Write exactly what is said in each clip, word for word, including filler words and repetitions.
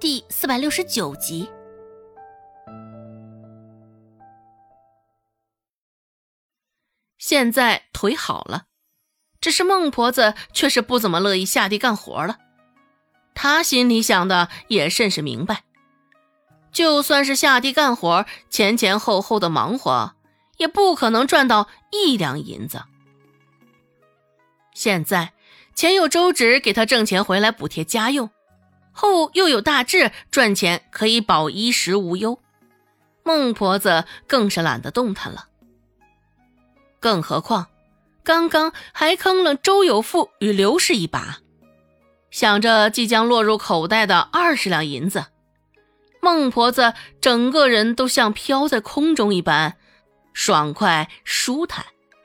第四百六十九集。现在腿好了，只是孟婆子却是不怎么乐意下地干活了。她心里想的也甚是明白，就算是下地干活，前前后后的忙活，也不可能赚到一两银子。现在前有周芷给她挣钱回来补贴家用，后又有大志赚钱可以保衣食无忧，孟婆子更是懒得动弹了。更何况刚刚还坑了周有富与刘氏一把，想着即将落入口袋的二十两银子，孟婆子整个人都像飘在空中一般，爽快舒坦。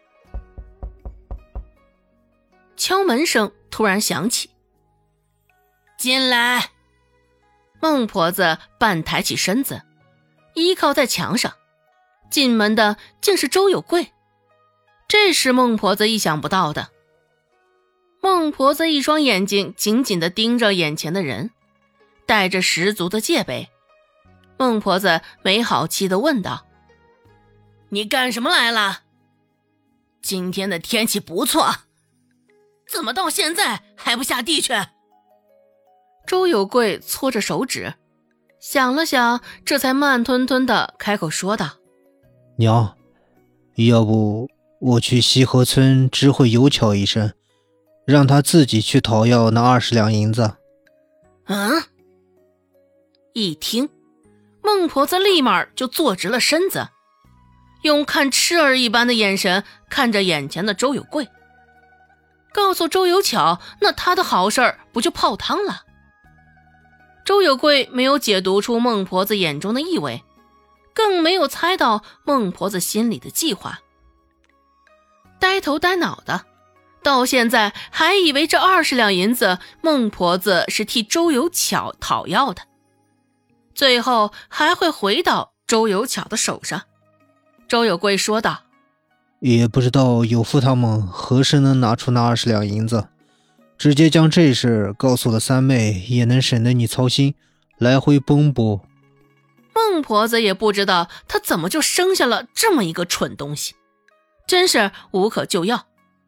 敲门声突然响起，进来。孟婆子半抬起身子，依靠在墙上，进门的竟是周有贵。这是孟婆子意想不到的。孟婆子一双眼睛紧紧地盯着眼前的人，带着十足的戒备。孟婆子没好气地问道：你干什么来了？今天的天气不错，怎么到现在还不下地去？周有贵搓着手指，想了想，这才慢吞吞地开口说道： 娘，要不我去西河村知会有巧一声，让他自己去讨要那二十两银子。 嗯？一听，孟婆子立马就坐直了身子，用看痴儿一般的眼神看着眼前的周有贵，告诉周有巧，那他的好事儿不就泡汤了？周有贵没有解读出孟婆子眼中的意味，更没有猜到孟婆子心里的计划。呆头呆脑的，到现在还以为这二十两银子孟婆子是替周有巧讨要的，最后还会回到周有巧的手上。周有贵说道： 也不知道有富他们何时能拿出那二十两银子，直接将这事告诉了三妹，也能省得你操心来回奔波。 孟婆子也不知道她怎么就生下了这么一个蠢东西，真是无可救药。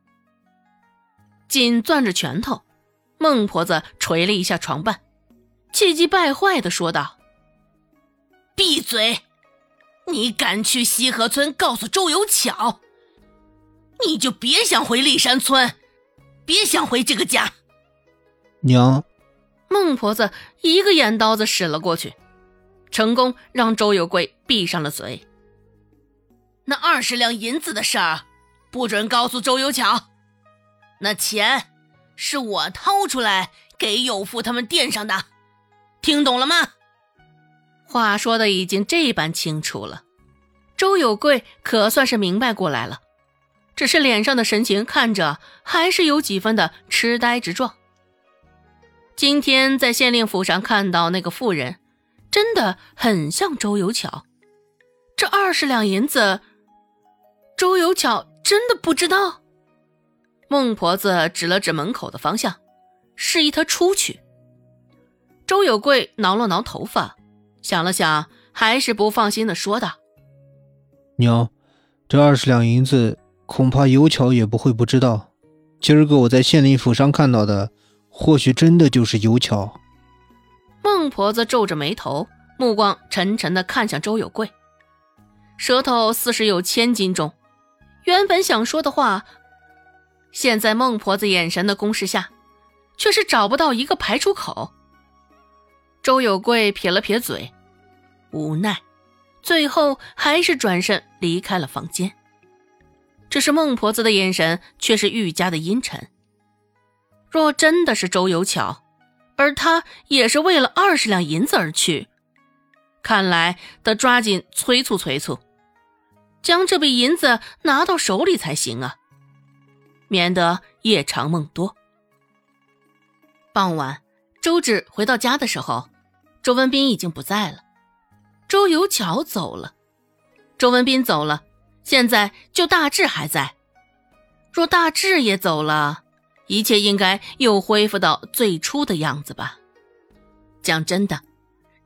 紧攥着拳头，孟婆子捶了一下床板，气急败坏地说道：闭嘴！你敢去西河村告诉周有巧，你就别想回立山村，别想回这个家。 娘！ 孟婆子一个眼刀子使了过去，成功让周有贵闭上了嘴。那二十两银子的事儿不准告诉周有巧，那钱是我掏出来给有富他们垫上的，听懂了吗？话说的已经这般清楚了，周有贵可算是明白过来了，只是脸上的神情看着还是有几分的痴呆之状。今天在县令府上看到那个妇人，真的很像周有巧。这二十两银子，周有巧真的不知道？孟婆子指了指门口的方向，示意他出去。周有贵挠了挠头发，想了想，还是不放心地说道： 娘，这二十两银子恐怕有巧也不会不知道，今儿个我在县令府上看到的，或许真的就是有巧。 孟婆子皱着眉头，目光沉沉地看向周有贵，舌头似是有千斤重，原本想说的话，现在孟婆子眼神的攻势下，却是找不到一个排出口。周有贵撇了撇嘴，无奈，最后还是转身离开了房间。只是孟婆子的眼神却是愈加的阴沉。若真的是周有巧，而他也是为了二十两银子而去，看来得抓紧催促催促，将这笔银子拿到手里才行啊，免得夜长梦多。傍晚，周芷回到家的时候，周文斌已经不在了，周有巧走了，周文斌走了，现在就大志还在。若大志也走了，一切应该又恢复到最初的样子吧。讲真的，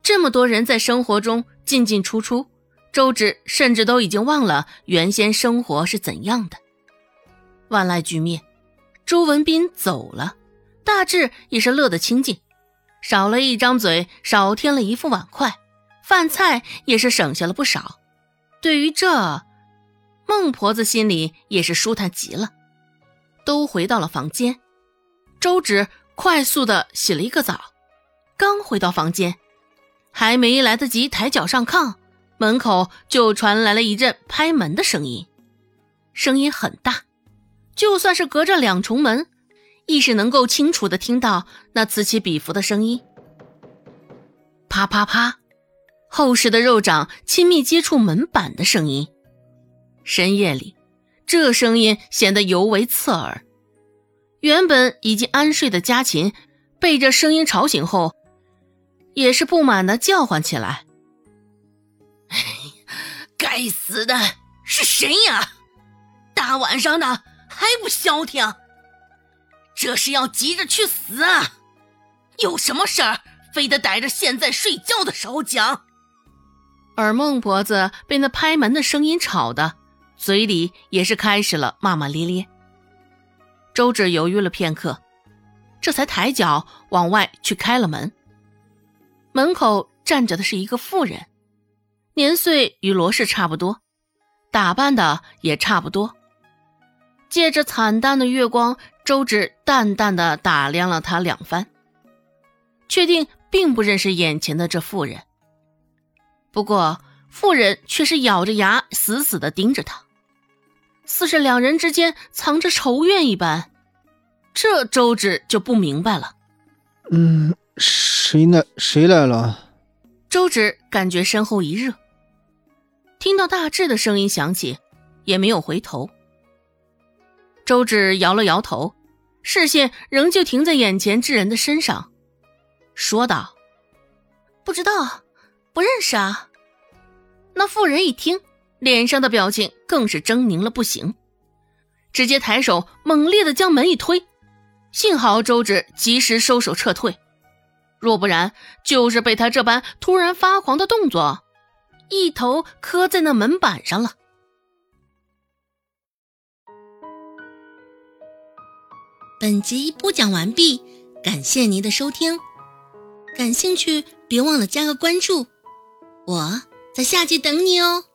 这么多人在生活中进进出出，周芷甚至都已经忘了原先生活是怎样的。万籁俱灭，周文斌走了，大致也是乐得清净，少了一张嘴，少添了一副碗筷，饭菜也是省下了不少。对于这，孟婆子心里也是舒坦极了。都回到了房间，周芷快速地洗了一个澡，刚回到房间，还没来得及抬脚上炕，门口就传来了一阵拍门的声音。声音很大，就算是隔着两重门，亦是能够清楚地听到那此起彼伏的声音。啪啪啪，厚实的肉掌亲密接触门板的声音。深夜里，这声音显得尤为刺耳。原本已经安睡的家禽被这声音吵醒后，也是不满地叫唤起来。 该死的，是谁呀？大晚上的还不消停，这是要急着去死啊！有什么事儿非得逮着现在睡觉的时候讲。 而孟婆子被那拍门的声音吵的，嘴里也是开始了骂骂咧咧。周芷犹豫了片刻，这才抬脚往外去开了门。门口站着的是一个妇人，年岁与罗氏差不多，打扮的也差不多。借着惨淡的月光，周芷淡淡的打量了她两番，确定并不认识眼前的这妇人。不过妇人却是咬着牙死死地盯着他，似是两人之间藏着仇怨一般。这周芷就不明白了。 嗯，谁来谁来了？ 周芷感觉身后一热，听到大志的声音响起，也没有回头。周芷摇了摇头，视线仍旧停在眼前之人的身上，说道：不知道，不认识啊。那妇人一听，脸上的表情更是狰狞了不行，直接抬手猛烈地将门一推。幸好周芷及时收手撤退，若不然就是被他这般突然发狂的动作一头磕在那门板上了。 本集播讲完毕，感谢您的收听。感兴趣别忘了加个关注，我在下集等你哦。